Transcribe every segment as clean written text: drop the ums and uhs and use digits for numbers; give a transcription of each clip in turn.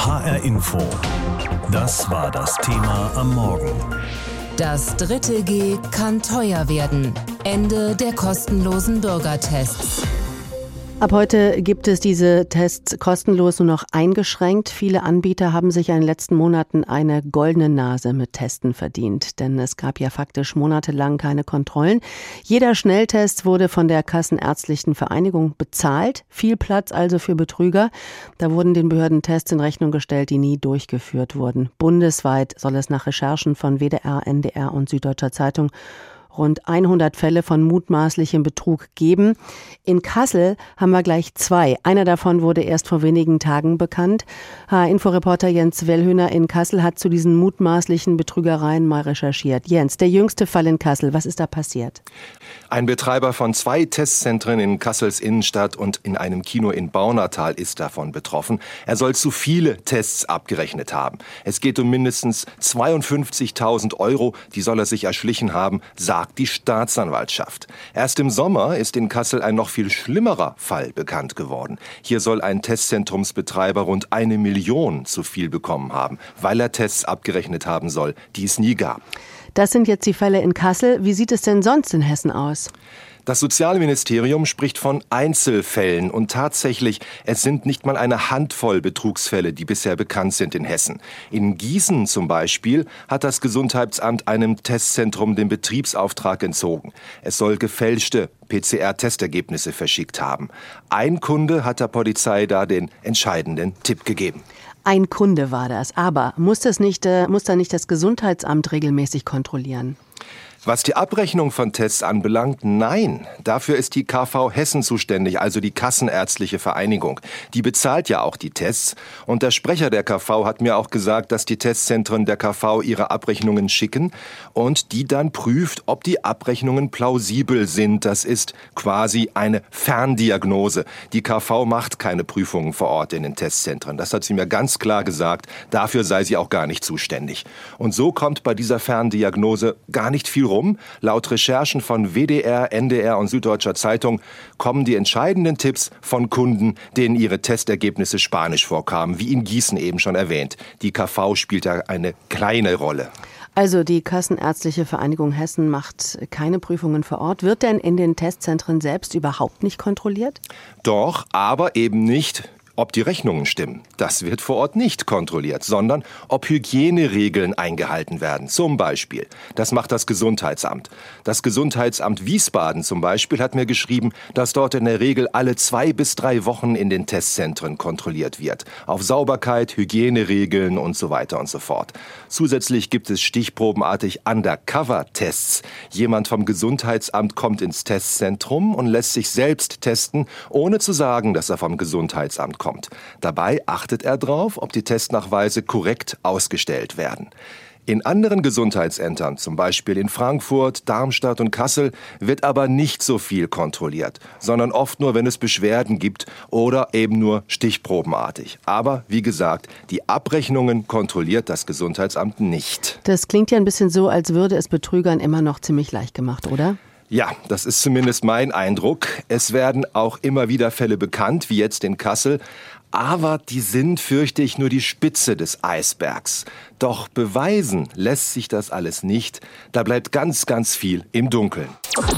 HR Info. Das war das Thema am Morgen. Das dritte G kann teuer werden. Ende der kostenlosen Bürgertests. Ab heute gibt es diese Tests kostenlos nur noch eingeschränkt. Viele Anbieter haben sich in den letzten Monaten eine goldene Nase mit Testen verdient. Denn es gab ja faktisch monatelang keine Kontrollen. Jeder Schnelltest wurde von der Kassenärztlichen Vereinigung bezahlt. Viel Platz also für Betrüger. Da wurden den Behörden Tests in Rechnung gestellt, die nie durchgeführt wurden. Bundesweit soll es nach Recherchen von WDR, NDR und Süddeutscher Zeitung rund 100 Fälle von mutmaßlichem Betrug geben. In Kassel haben wir gleich 2. Einer davon wurde erst vor wenigen Tagen bekannt. HR-Info-Reporter Jens Wellhöhner in Kassel hat zu diesen mutmaßlichen Betrügereien mal recherchiert. Jens, der jüngste Fall in Kassel, was ist da passiert? Ein Betreiber von 2 Testzentren in Kassels Innenstadt und in einem Kino in Baunatal ist davon betroffen. Er soll zu viele Tests abgerechnet haben. Es geht um mindestens 52.000 €, die soll er sich erschlichen haben, sagt die Staatsanwaltschaft. Erst im Sommer ist in Kassel ein noch viel schlimmerer Fall bekannt geworden. Hier soll ein Testzentrumsbetreiber rund 1 Million zu viel bekommen haben, weil er Tests abgerechnet haben soll, die es nie gab. Das sind jetzt die Fälle in Kassel. Wie sieht es denn sonst in Hessen aus? Das Sozialministerium spricht von Einzelfällen und tatsächlich, es sind nicht mal eine Handvoll Betrugsfälle, die bisher bekannt sind in Hessen. In Gießen zum Beispiel hat das Gesundheitsamt einem Testzentrum den Betriebsauftrag entzogen. Es soll gefälschte PCR-Testergebnisse verschickt haben. Ein Kunde hat der Polizei da den entscheidenden Tipp gegeben. Ein Kunde war das, aber muss da nicht das Gesundheitsamt regelmäßig kontrollieren? Was die Abrechnung von Tests anbelangt, nein. Dafür ist die KV Hessen zuständig, also die Kassenärztliche Vereinigung. Die bezahlt ja auch die Tests. Und der Sprecher der KV hat mir auch gesagt, dass die Testzentren der KV ihre Abrechnungen schicken und die dann prüft, ob die Abrechnungen plausibel sind. Das ist quasi eine Ferndiagnose. Die KV macht keine Prüfungen vor Ort in den Testzentren. Das hat sie mir ganz klar gesagt. Dafür sei sie auch gar nicht zuständig. Und so kommt bei dieser Ferndiagnose gar nicht viel rum. Laut Recherchen von WDR, NDR und Süddeutscher Zeitung kommen die entscheidenden Tipps von Kunden, denen ihre Testergebnisse spanisch vorkamen, wie in Gießen eben schon erwähnt. Die KV spielt da eine kleine Rolle. Also die Kassenärztliche Vereinigung Hessen macht keine Prüfungen vor Ort. Wird denn in den Testzentren selbst überhaupt nicht kontrolliert? Doch, aber eben nicht, ob die Rechnungen stimmen. Das wird vor Ort nicht kontrolliert, sondern ob Hygieneregeln eingehalten werden. Zum Beispiel. Das macht das Gesundheitsamt. Das Gesundheitsamt Wiesbaden zum Beispiel hat mir geschrieben, dass dort in der Regel alle 2 bis 3 Wochen in den Testzentren kontrolliert wird. Auf Sauberkeit, Hygieneregeln und so weiter und so fort. Zusätzlich gibt es stichprobenartig Undercover-Tests. Jemand vom Gesundheitsamt kommt ins Testzentrum und lässt sich selbst testen, ohne zu sagen, dass er vom Gesundheitsamt kommt. Dabei achtet er darauf, ob die Testnachweise korrekt ausgestellt werden. In anderen Gesundheitsämtern, zum Beispiel in Frankfurt, Darmstadt und Kassel, wird aber nicht so viel kontrolliert, sondern oft nur, wenn es Beschwerden gibt oder eben nur stichprobenartig. Aber wie gesagt, die Abrechnungen kontrolliert das Gesundheitsamt nicht. Das klingt ja ein bisschen so, als würde es Betrügern immer noch ziemlich leicht gemacht, oder? Ja, das ist zumindest mein Eindruck. Es werden auch immer wieder Fälle bekannt, wie jetzt in Kassel. Aber die sind, fürchte ich, nur die Spitze des Eisbergs. Doch beweisen lässt sich das alles nicht. Da bleibt ganz, ganz viel im Dunkeln.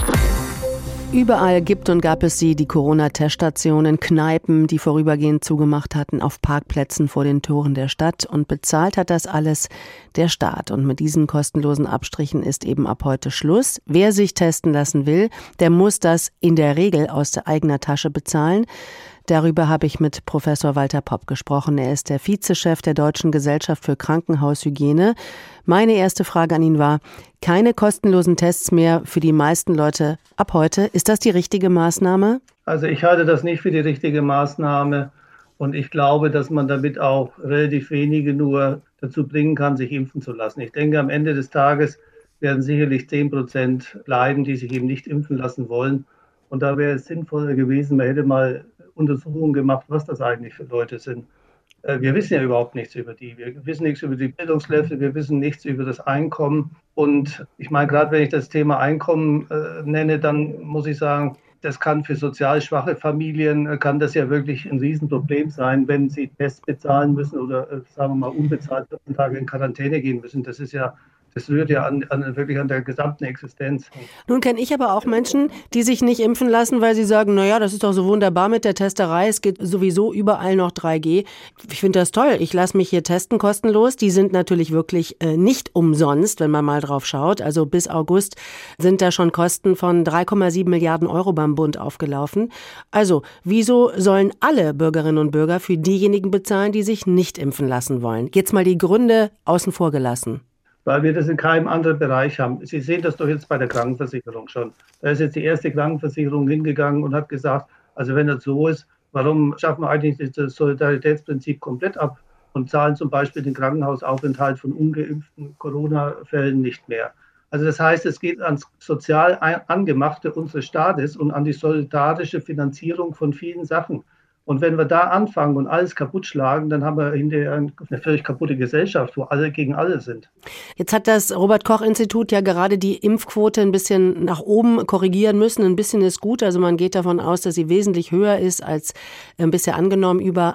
Überall gibt und gab es sie, die Corona-Teststationen, Kneipen, die vorübergehend zugemacht hatten, auf Parkplätzen vor den Toren der Stadt. Und bezahlt hat das alles der Staat. Und mit diesen kostenlosen Abstrichen ist eben ab heute Schluss. Wer sich testen lassen will, der muss das in der Regel aus der eigenen Tasche bezahlen. Darüber habe ich mit Professor Walter Popp gesprochen. Er ist der Vizechef der Deutschen Gesellschaft für Krankenhaushygiene. Meine erste Frage an ihn war, keine kostenlosen Tests mehr für die meisten Leute ab heute. Ist das die richtige Maßnahme? Also ich halte das nicht für die richtige Maßnahme und ich glaube, dass man damit auch relativ wenige nur dazu bringen kann, sich impfen zu lassen. Ich denke, am Ende des Tages werden sicherlich 10% bleiben, die sich eben nicht impfen lassen wollen. Und da wäre es sinnvoller gewesen, man hätte mal Untersuchungen gemacht, was das eigentlich für Leute sind. Wir wissen ja überhaupt nichts über die. Wir wissen nichts über die Bildungslevel, wir wissen nichts über das Einkommen. Und ich meine, gerade wenn ich das Thema Einkommen nenne, dann muss ich sagen, Das kann für sozial schwache Familien, kann das ja wirklich ein Riesenproblem sein, wenn sie Tests bezahlen müssen oder, sagen wir mal, unbezahlt 14 Tage in Quarantäne gehen müssen. Das rührt ja wirklich an der gesamten Existenz. Nun kenne ich aber auch Menschen, die sich nicht impfen lassen, weil sie sagen, naja, das ist doch so wunderbar mit der Testerei, es geht sowieso überall noch 3G. Ich finde das toll, ich lasse mich hier testen kostenlos. Die sind natürlich wirklich nicht umsonst, wenn man mal drauf schaut. Also bis August sind da schon Kosten von 3,7 Milliarden Euro beim Bund aufgelaufen. Also wieso sollen alle Bürgerinnen und Bürger für diejenigen bezahlen, die sich nicht impfen lassen wollen? Jetzt mal die Gründe außen vor gelassen. Weil wir das in keinem anderen Bereich haben. Sie sehen das doch jetzt bei der Krankenversicherung schon. Da ist jetzt die erste Krankenversicherung hingegangen und hat gesagt, also wenn das so ist, warum schaffen wir eigentlich das Solidaritätsprinzip komplett ab und zahlen zum Beispiel den Krankenhausaufenthalt von ungeimpften Corona-Fällen nicht mehr. Also das heißt, es geht ans sozial Angemachte unseres Staates und an die solidarische Finanzierung von vielen Sachen. Und wenn wir da anfangen und alles kaputt schlagen, dann haben wir hinterher eine völlig kaputte Gesellschaft, wo alle gegen alle sind. Jetzt hat das Robert-Koch-Institut ja gerade die Impfquote ein bisschen nach oben korrigieren müssen. Ein bisschen ist gut, also man geht davon aus, dass sie wesentlich höher ist als bisher angenommen, über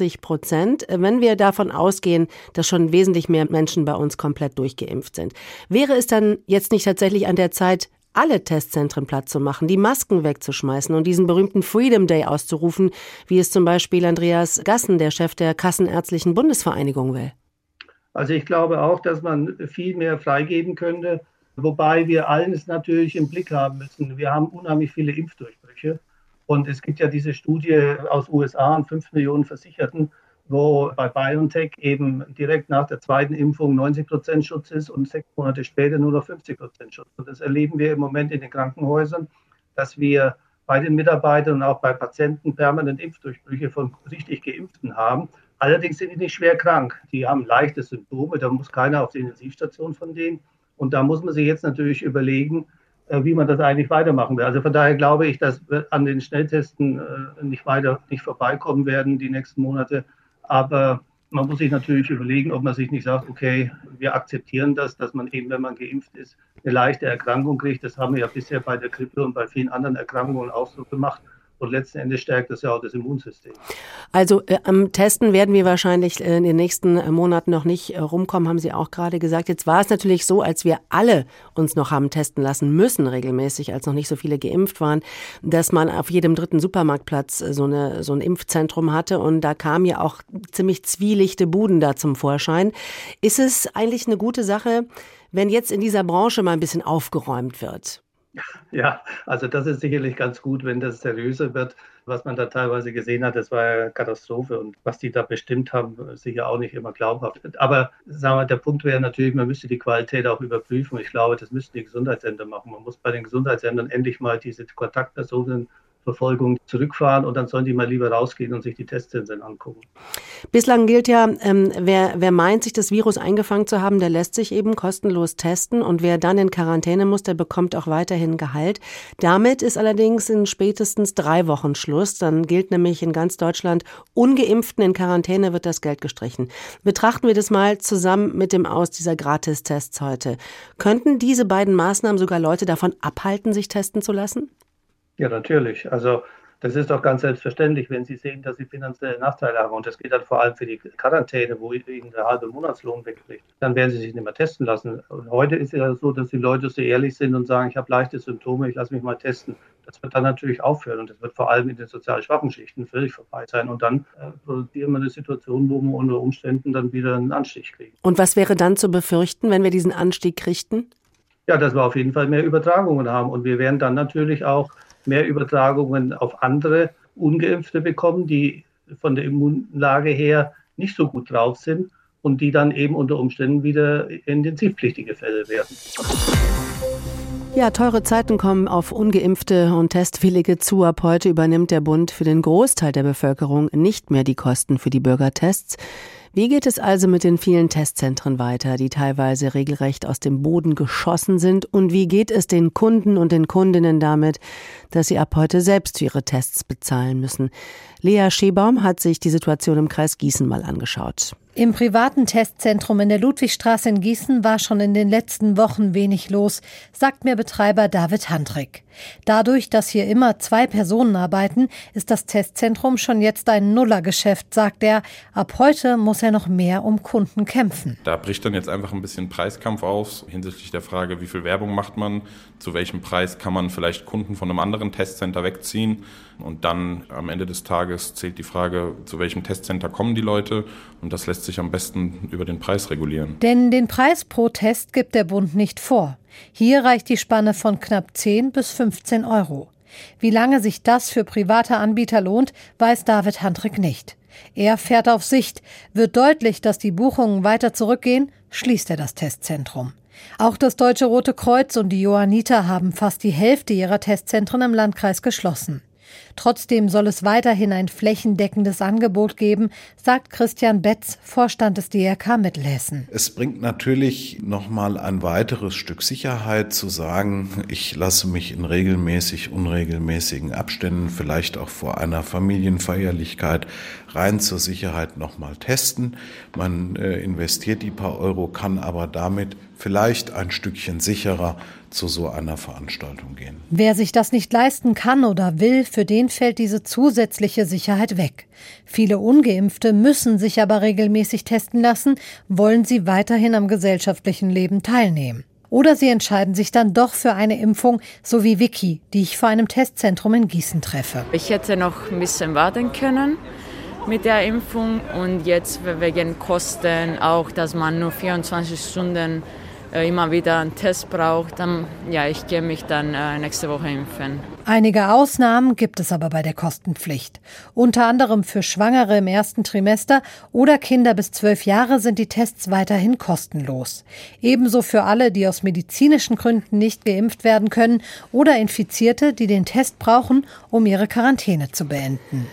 80%. Wenn wir davon ausgehen, dass schon wesentlich mehr Menschen bei uns komplett durchgeimpft sind, wäre es dann jetzt nicht tatsächlich an der Zeit, alle Testzentren platt zu machen, die Masken wegzuschmeißen und diesen berühmten Freedom Day auszurufen, wie es zum Beispiel Andreas Gassen, der Chef der Kassenärztlichen Bundesvereinigung, will? Also ich glaube auch, dass man viel mehr freigeben könnte, wobei wir alles natürlich im Blick haben müssen. Wir haben unheimlich viele Impfdurchbrüche und es gibt ja diese Studie aus USA an 5 Millionen Versicherten, wo bei BioNTech eben direkt nach der zweiten Impfung 90% Schutz ist und 6 Monate später nur noch 50% Schutz. Und das erleben wir im Moment in den Krankenhäusern, dass wir bei den Mitarbeitern und auch bei Patienten permanent Impfdurchbrüche von richtig Geimpften haben. Allerdings sind die nicht schwer krank. Die haben leichte Symptome, da muss keiner auf die Intensivstation von denen. Und da muss man sich jetzt natürlich überlegen, wie man das eigentlich weitermachen will. Also von daher glaube ich, dass wir an den Schnelltesten nicht vorbeikommen werden die nächsten Monate. Aber man muss sich natürlich überlegen, ob man sich nicht sagt, okay, wir akzeptieren das, dass man eben, wenn man geimpft ist, eine leichte Erkrankung kriegt. Das haben wir ja bisher bei der Grippe und bei vielen anderen Erkrankungen auch so gemacht. Und letzten Endes stärkt das ja auch das Immunsystem. Also am Testen werden wir wahrscheinlich in den nächsten Monaten noch nicht rumkommen, haben Sie auch gerade gesagt. Jetzt war es natürlich so, als wir alle uns noch haben testen lassen müssen, regelmäßig, als noch nicht so viele geimpft waren, dass man auf jedem dritten Supermarktplatz so ein Impfzentrum hatte. Und da kamen ja auch ziemlich zwielichte Buden da zum Vorschein. Ist es eigentlich eine gute Sache, wenn jetzt in dieser Branche mal ein bisschen aufgeräumt wird? Ja, also das ist sicherlich ganz gut, wenn das seriöser wird. Was man da teilweise gesehen hat, das war ja eine Katastrophe. Und was die da bestimmt haben, ist sicher auch nicht immer glaubhaft. Aber sagen wir, der Punkt wäre natürlich, man müsste die Qualität auch überprüfen. Ich glaube, das müssten die Gesundheitsämter machen. Man muss bei den Gesundheitsämtern endlich mal diese Kontaktpersonenverfolgung zurückfahren und dann sollen die mal lieber rausgehen und sich die Testzentren angucken. Bislang gilt ja, wer meint, sich das Virus eingefangen zu haben, der lässt sich eben kostenlos testen und wer dann in Quarantäne muss, der bekommt auch weiterhin Gehalt. Damit ist allerdings in spätestens 3 Wochen Schluss. Dann gilt nämlich in ganz Deutschland, Ungeimpften in Quarantäne wird das Geld gestrichen. Betrachten wir das mal zusammen mit dem Aus dieser Gratistests heute. Könnten diese beiden Maßnahmen sogar Leute davon abhalten, sich testen zu lassen? Ja, natürlich. Also das ist doch ganz selbstverständlich, wenn Sie sehen, dass Sie finanzielle Nachteile haben. Und das geht dann vor allem für die Quarantäne, wo Ihnen der halbe Monatslohn wegbricht. Dann werden Sie sich nicht mehr testen lassen. Und heute ist es ja so, dass die Leute so ehrlich sind und sagen, ich habe leichte Symptome, ich lasse mich mal testen. Das wird dann natürlich aufhören und das wird vor allem in den sozial schwachen Schichten völlig vorbei sein. Und dann produzieren wir eine Situation, wo wir unter Umständen dann wieder einen Anstieg kriegen. Und was wäre dann zu befürchten, wenn wir diesen Anstieg kriegten? Ja, dass wir auf jeden Fall mehr Übertragungen haben. Und wir werden dann natürlich auch mehr Übertragungen auf andere Ungeimpfte bekommen, die von der Immunlage her nicht so gut drauf sind und die dann eben unter Umständen wieder intensivpflichtige Fälle werden. Ja, teure Zeiten kommen auf Ungeimpfte und Testwillige zu. Ab heute übernimmt der Bund für den Großteil der Bevölkerung nicht mehr die Kosten für die Bürgertests. Wie geht es also mit den vielen Testzentren weiter, die teilweise regelrecht aus dem Boden geschossen sind? Und wie geht es den Kunden und den Kundinnen damit, dass sie ab heute selbst für ihre Tests bezahlen müssen? Lea Schebaum hat sich die Situation im Kreis Gießen mal angeschaut. Im privaten Testzentrum in der Ludwigstraße in Gießen war schon in den letzten Wochen wenig los, sagt mir Betreiber David Handrick. Dadurch, dass hier immer 2 Personen arbeiten, ist das Testzentrum schon jetzt ein Nullergeschäft, sagt er. Ab heute muss er noch mehr um Kunden kämpfen. Da bricht dann jetzt einfach ein bisschen Preiskampf aus hinsichtlich der Frage, wie viel Werbung macht man, zu welchem Preis kann man vielleicht Kunden von einem anderen Testcenter wegziehen. Und dann am Ende des Tages zählt die Frage, zu welchem Testcenter kommen die Leute. Und das lässt sich am besten über den Preis regulieren. Denn den Preis pro Test gibt der Bund nicht vor. Hier reicht die Spanne von knapp 10 bis 15 Euro. Wie lange sich das für private Anbieter lohnt, weiß David Handrick nicht. Er fährt auf Sicht. Wird deutlich, dass die Buchungen weiter zurückgehen, schließt er das Testzentrum. Auch das Deutsche Rote Kreuz und die Johanniter haben fast die Hälfte ihrer Testzentren im Landkreis geschlossen. Trotzdem soll es weiterhin ein flächendeckendes Angebot geben, sagt Christian Betz, Vorstand des DRK Mittelhessen. Es bringt natürlich nochmal ein weiteres Stück Sicherheit zu sagen, ich lasse mich in unregelmäßigen Abständen, vielleicht auch vor einer Familienfeierlichkeit, rein zur Sicherheit nochmal testen. Man investiert die paar Euro, kann aber damit vielleicht ein Stückchen sicherer zu so einer Veranstaltung gehen. Wer sich das nicht leisten kann oder will, für den fällt diese zusätzliche Sicherheit weg. Viele Ungeimpfte müssen sich aber regelmäßig testen lassen, wollen sie weiterhin am gesellschaftlichen Leben teilnehmen. Oder sie entscheiden sich dann doch für eine Impfung, so wie Vicky, die ich vor einem Testzentrum in Gießen treffe. Ich hätte noch ein bisschen warten können mit der Impfung und jetzt wegen Kosten auch, dass man nur 24 Stunden immer wieder einen Test braucht, dann ich gehe mich dann nächste Woche impfen. Einige Ausnahmen gibt es aber bei der Kostenpflicht. Unter anderem für Schwangere im ersten Trimester oder Kinder bis 12 Jahre sind die Tests weiterhin kostenlos. Ebenso für alle, die aus medizinischen Gründen nicht geimpft werden können oder Infizierte, die den Test brauchen, um ihre Quarantäne zu beenden.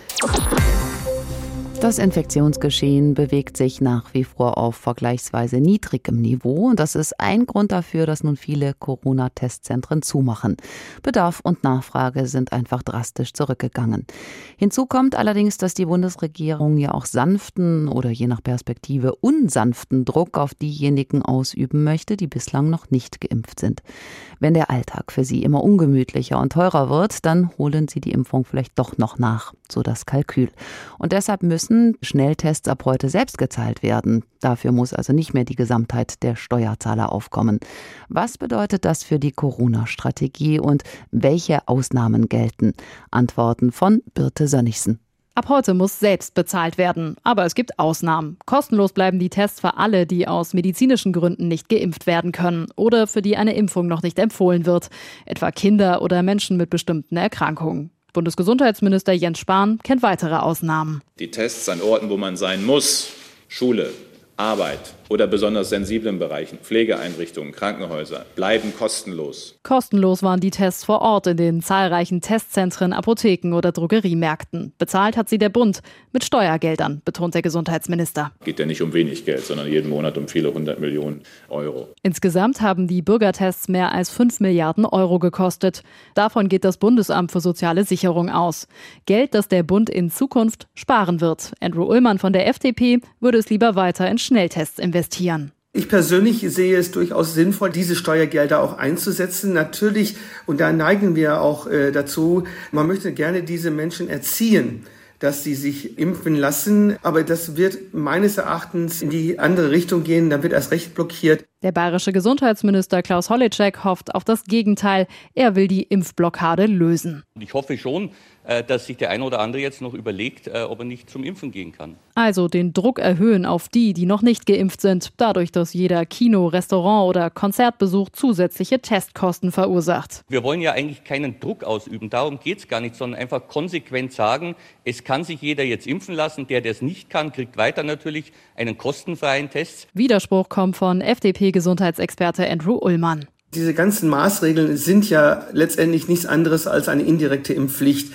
Das Infektionsgeschehen bewegt sich nach wie vor auf vergleichsweise niedrigem Niveau. Und das ist ein Grund dafür, dass nun viele Corona-Testzentren zumachen. Bedarf und Nachfrage sind einfach drastisch zurückgegangen. Hinzu kommt allerdings, dass die Bundesregierung ja auch sanften oder je nach Perspektive unsanften Druck auf diejenigen ausüben möchte, die bislang noch nicht geimpft sind. Wenn der Alltag für sie immer ungemütlicher und teurer wird, dann holen sie die Impfung vielleicht doch noch nach, so das Kalkül. Und deshalb müssen Schnelltests ab heute selbst gezahlt werden. Dafür muss also nicht mehr die Gesamtheit der Steuerzahler aufkommen. Was bedeutet das für die Corona-Strategie und welche Ausnahmen gelten? Antworten von Birte Sönnigsen. Ab heute muss selbst bezahlt werden. Aber es gibt Ausnahmen. Kostenlos bleiben die Tests für alle, die aus medizinischen Gründen nicht geimpft werden können oder für die eine Impfung noch nicht empfohlen wird. Etwa Kinder oder Menschen mit bestimmten Erkrankungen. Bundesgesundheitsminister Jens Spahn kennt weitere Ausnahmen. Die Tests an Orten, wo man sein muss, Schule, Arbeit oder besonders sensiblen Bereichen, Pflegeeinrichtungen, Krankenhäuser, bleiben kostenlos. Kostenlos waren die Tests vor Ort in den zahlreichen Testzentren, Apotheken oder Drogeriemärkten. Bezahlt hat sie der Bund mit Steuergeldern, betont der Gesundheitsminister. Geht ja nicht um wenig Geld, sondern jeden Monat um viele 100 Millionen Euro. Insgesamt haben die Bürgertests mehr als 5 Milliarden Euro gekostet. Davon geht das Bundesamt für soziale Sicherung aus. Geld, das der Bund in Zukunft sparen wird. Andrew Ullmann von der FDP würde es lieber weiter in Schnelltests investieren. Ich persönlich sehe es durchaus sinnvoll, diese Steuergelder auch einzusetzen. Natürlich, und da neigen wir auch dazu, man möchte gerne diese Menschen erziehen, dass sie sich impfen lassen. Aber das wird meines Erachtens in die andere Richtung gehen. Da wird erst recht blockiert. Der bayerische Gesundheitsminister Klaus Holleczek hofft auf das Gegenteil. Er will die Impfblockade lösen. Ich hoffe schon, dass sich der eine oder andere jetzt noch überlegt, ob er nicht zum Impfen gehen kann. Also den Druck erhöhen auf die, die noch nicht geimpft sind, dadurch, dass jeder Kino-, Restaurant- oder Konzertbesuch zusätzliche Testkosten verursacht. Wir wollen ja eigentlich keinen Druck ausüben, darum geht es gar nicht, sondern einfach konsequent sagen, es kann sich jeder jetzt impfen lassen. Der es nicht kann, kriegt weiter natürlich einen kostenfreien Test. Widerspruch kommt von FDP-Gesundheitsexperte Andrew Ullmann. Diese ganzen Maßregeln sind ja letztendlich nichts anderes als eine indirekte Impfpflicht.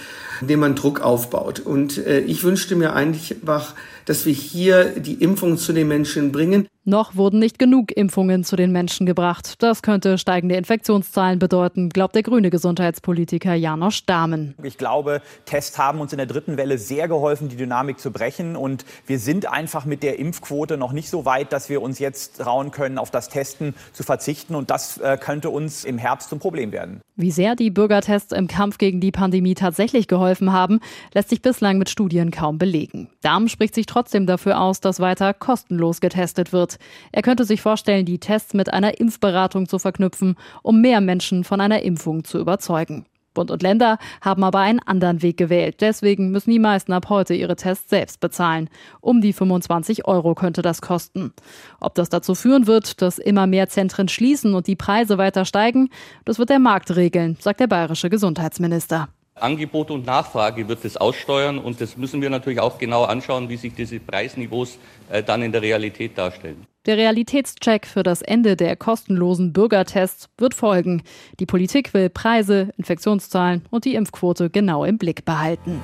indem man Druck aufbaut. Und ich wünschte mir eigentlich, dass wir hier die Impfung zu den Menschen bringen. Noch wurden nicht genug Impfungen zu den Menschen gebracht. Das könnte steigende Infektionszahlen bedeuten, glaubt der grüne Gesundheitspolitiker Janosch Dahmen. Ich glaube, Tests haben uns in der dritten Welle sehr geholfen, die Dynamik zu brechen. Und wir sind einfach mit der Impfquote noch nicht so weit, dass wir uns jetzt trauen können, auf das Testen zu verzichten. Und das könnte uns im Herbst zum Problem werden. Wie sehr die Bürgertests im Kampf gegen die Pandemie tatsächlich geholfen haben, lässt sich bislang mit Studien kaum belegen. Dahmen spricht sich trotzdem dafür aus, dass weiter kostenlos getestet wird. Er könnte sich vorstellen, die Tests mit einer Impfberatung zu verknüpfen, um mehr Menschen von einer Impfung zu überzeugen. Bund und Länder haben aber einen anderen Weg gewählt. Deswegen müssen die meisten ab heute ihre Tests selbst bezahlen. Um die 25 € könnte das kosten. Ob das dazu führen wird, dass immer mehr Zentren schließen und die Preise weiter steigen, das wird der Markt regeln, sagt der bayerische Gesundheitsminister. Angebot und Nachfrage wird es aussteuern und das müssen wir natürlich auch genau anschauen, wie sich diese Preisniveaus dann in der Realität darstellen. Der Realitätscheck für das Ende der kostenlosen Bürgertests wird folgen. Die Politik will Preise, Infektionszahlen und die Impfquote genau im Blick behalten.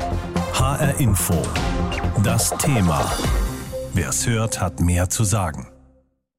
HR Info. Das Thema. Wer es hört, hat mehr zu sagen.